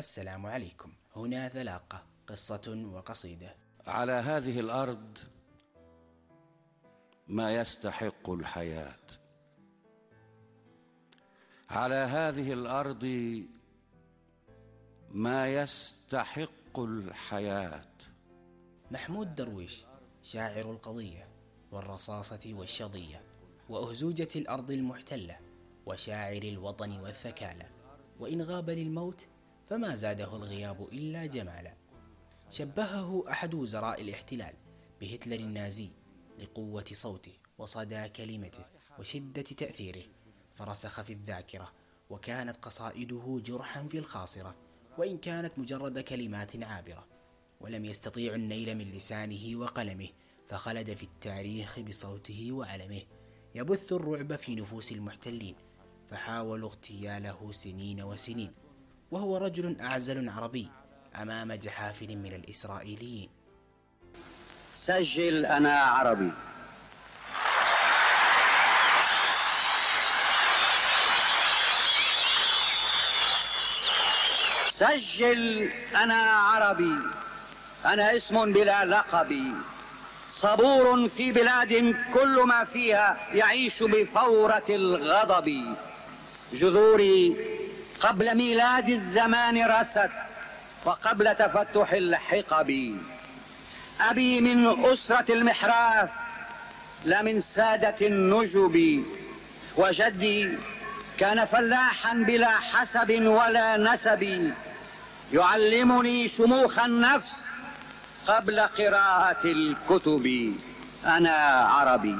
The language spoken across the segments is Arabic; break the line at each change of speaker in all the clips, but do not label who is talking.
السلام عليكم. هنا ذلاقة، قصة وقصيدة.
على هذه الأرض ما يستحق الحياة، على هذه الأرض ما يستحق الحياة.
محمود درويش، شاعر القضية والرصاصة والشظية وأهزوجة الأرض المحتلة، وشاعر الوطن والثكالة، وإن غاب للموت فما زاده الغياب إلا جمالا. شبهه أحد وزراء الاحتلال بهتلر النازي لقوة صوته وصدى كلمته وشدة تأثيره، فرسخ في الذاكرة، وكانت قصائده جرحا في الخاصرة، وإن كانت مجرد كلمات عابرة، ولم يستطيع النيل من لسانه وقلمه، فخلد في التاريخ بصوته وعلمه، يبث الرعب في نفوس المحتلين، فحاولوا اغتياله سنين وسنين، وهو رجل أعزل عربي أمام جحافل من الإسرائيليين.
سجل أنا عربي. سجل أنا عربي، أنا اسم بلا لقب، صبور في بلاد كل ما فيها يعيش بفورة الغضب. جذوري قبل ميلاد الزمان رست، وقبل تفتح الحقب. أبي من أسرة المحراث لا من سادة النجب، وجدي كان فلاحا بلا حسب ولا نسب، يعلمني شموخ النفس قبل قراءة الكتب. أنا عربي.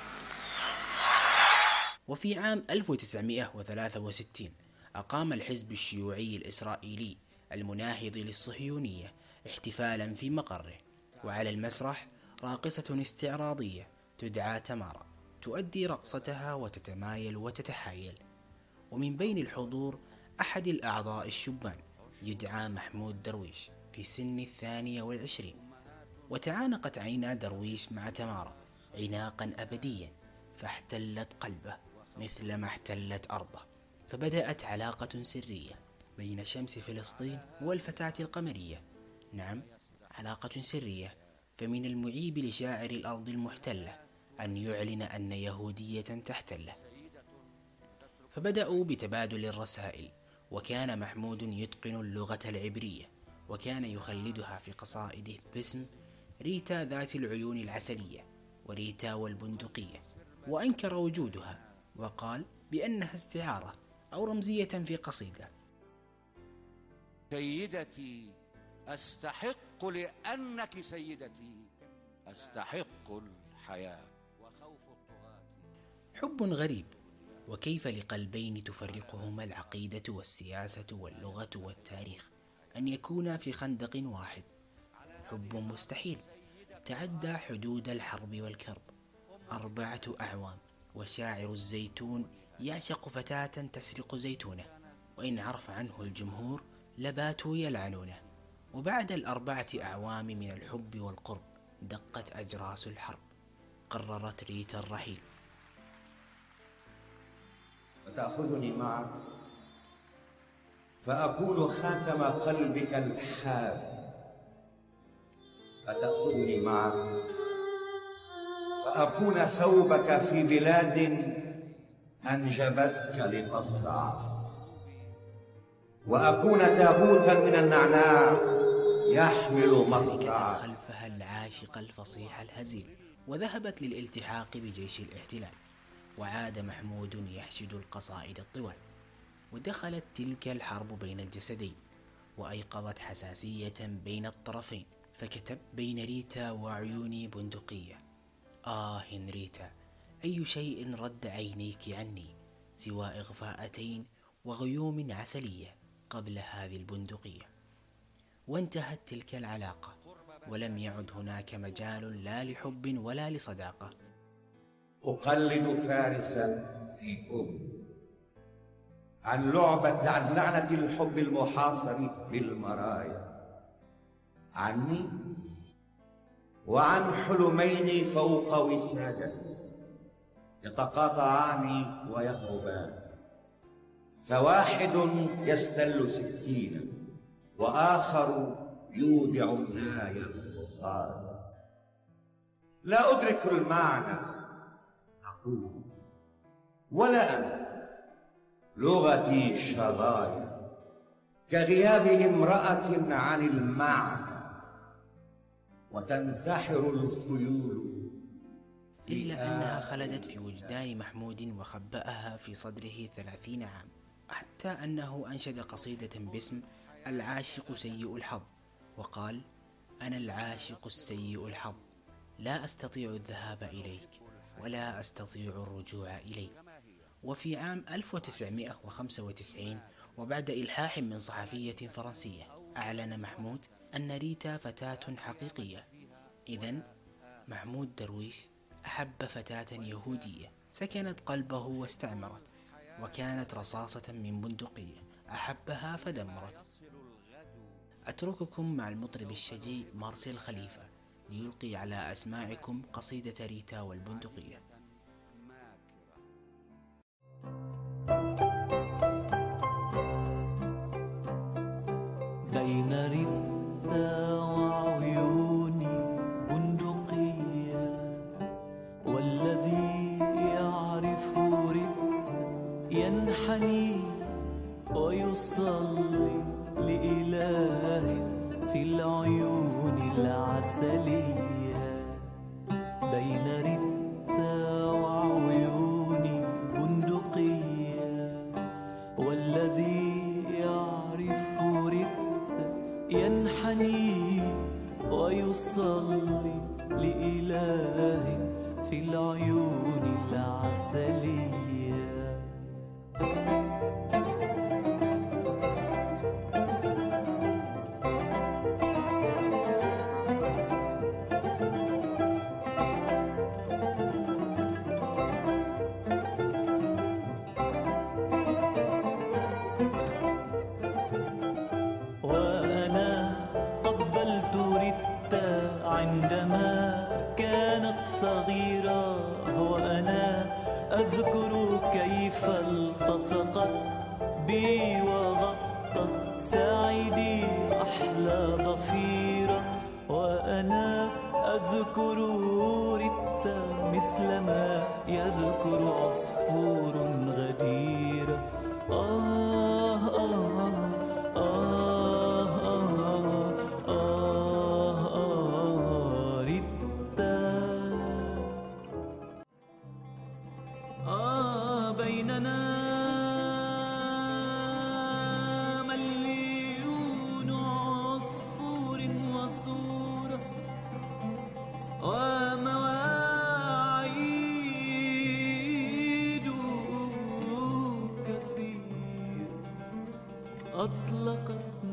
وفي عام 1963 أقام الحزب الشيوعي الإسرائيلي المناهض للصهيونية احتفالا في مقره، وعلى المسرح راقصة استعراضية تدعى تمارا تؤدي رقصتها وتتمايل وتتحايل، ومن بين الحضور أحد الأعضاء الشبان يدعى محمود درويش في سن 22، وتعانقت عينا درويش مع تمارا عناقا أبديا، فاحتلت قلبه مثلما احتلت أرضه، فبدأت علاقة سرية بين شمس فلسطين والفتاة القمرية. نعم، علاقة سرية، فمن المعيب لشاعر الأرض المحتلة أن يعلن أن يهودية تحتله. فبدأوا بتبادل الرسائل، وكان محمود يتقن اللغة العبرية، وكان يخلدها في قصائده باسم ريتا ذات العيون العسلية وريتا والبندقية، وأنكر وجودها وقال بأنها استعارة أو رمزية في قصيدة.
سيدتي أستحق لأنك سيدتي، أستحق الحياة وخوف الطغاة.
حب غريب، وكيف لقلبين تفرقهما العقيدة والسياسة واللغة والتاريخ أن يكونا في خندق واحد؟ حب مستحيل، تعدى حدود الحرب والكرب. 4 أعوام وشاعر الزيتون يعشق فتاة تسرق زيتونه، وإن عرف عنه الجمهور لباتوا يلعنونه. وبعد 4 أعوام من الحب والقرب دقت أجراس الحرب، قررت ريتا الرحيل.
وتأخذني معك فأكون خاتم قلبك الحار، فتأخذني معك فأكون ثوبك في بلاد أنجبتك لتصدع، وأكون تابوتا من النعناع يحمل مصدع.
خلفها العاشق الفصيح الهزيل، وذهبت للالتحاق بجيش الاحتلال، وعاد محمود يحشد القصائد الطوال، ودخلت تلك الحرب بين الجسدين، وأيقظت حساسية بين الطرفين، فكتب بين ريتا وعيوني بندقية. ريتا، أي شيء رد عينيك عني سوى إغفاءتين وغيوم عسلية قبل هذه البندقية. وانتهت تلك العلاقة، ولم يعد هناك مجال لا لحب ولا لصداقة.
أقلد فارسا فيكم عن لعنة الحب المحاصر بالمرايا، عني وعن حلمين فوق وسادتي يتقاطعان ويهربان، فواحد يستل 60 وآخر يودع الناي الغصان. لا أدرك المعنى أقول، ولا أنا لغتي شظايا كغياب امرأة عن المعنى، وتنتحر الخيول
إلا أنها خلدت في وجدان محمود وخبأها في صدره 30 عام، حتى أنه أنشد قصيدة باسم العاشق سيء الحظ، وقال: أنا العاشق السيء الحظ، لا أستطيع الذهاب إليك ولا أستطيع الرجوع إليك. وفي عام 1995 وبعد إلحاح من صحفية فرنسية، أعلن محمود أن ريتا فتاة حقيقية. إذن محمود درويش أحب فتاة يهودية سكنت قلبه واستعمرت، وكانت رصاصة من بندقية أحبها فدمرت. أترككم مع المطرب الشجي مارسيل خليفة ليلقي على أسماعكم قصيدة ريتا والبندقية.
بين ريتا وعيوني بندقية، والذي يعرف ريتا ينحني ويصلي لإله في العيون العسلية. بين ريتا وعيوني بندقية، والذي يعرف ريتا ينحني ويصلي لإله في العيون العسلية. عندما كانت صغيرة، وأنا أذكر كيف التصقت بي وغطت ساعدي أحلى ضفيرة، وأنا أذكر ريتا مثلما يذكر عصفور غديرة. بيننا مليون عصفور وصورة ومواعيد كثير، أطلقت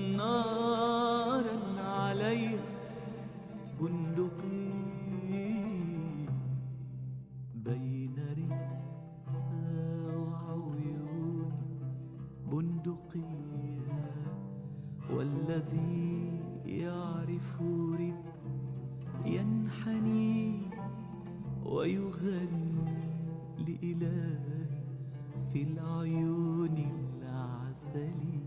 نارا عليها بندقي. بين بندقية، والذي يعرف ريتا ينحني ويغني لإله في العيون العسلية.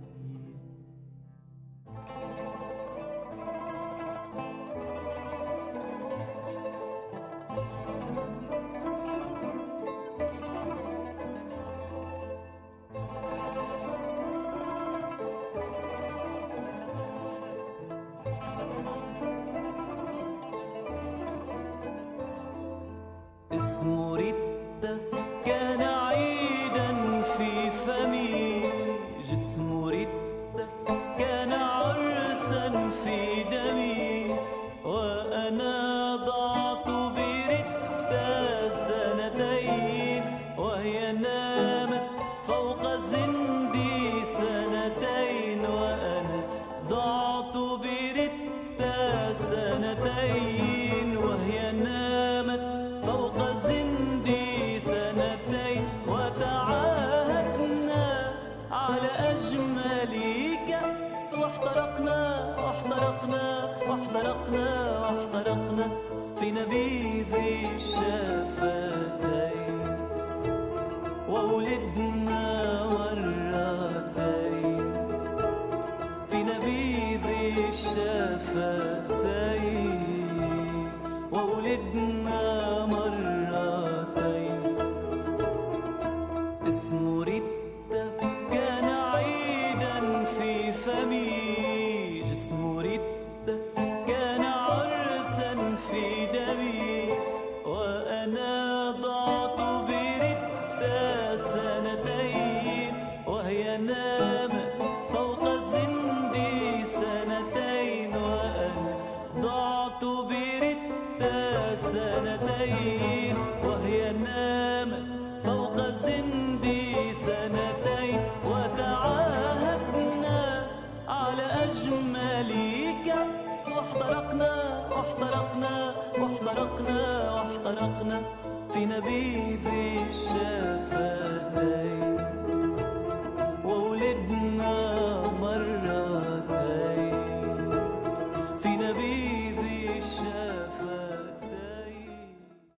اسم ريتا كان عيدا في فمي، جسم ريتا كان عرسا في دمي، وأنا ضعت بريتا سنتين، وهي نامت فوق زندي سنتين، وأنا ضعت بريتا سنتين، وهي نامت فوق زندي سنتين، وتعاهدنا على أجمل كأس، واحترقنا واحترقنا واحترقنا واحترقنا في نبيذ الشفتين، وولدنا مرتين في نبيذ الشفتين وولدنا مرتين. اسم ردة كان عيدا في فمي، جسم ردة كان عرسا في دمي، وأنا ضعت بردة سنتين وهي نامت فوق الزندي سنتين، وأنا ضعت بردة سنتين وهي نامت فوق الزندي سنتين. وتعاهدنا على أجمل كأس واحترقنا واحترقنا واحترقنا واحترقنا في نبيذ الشفتين.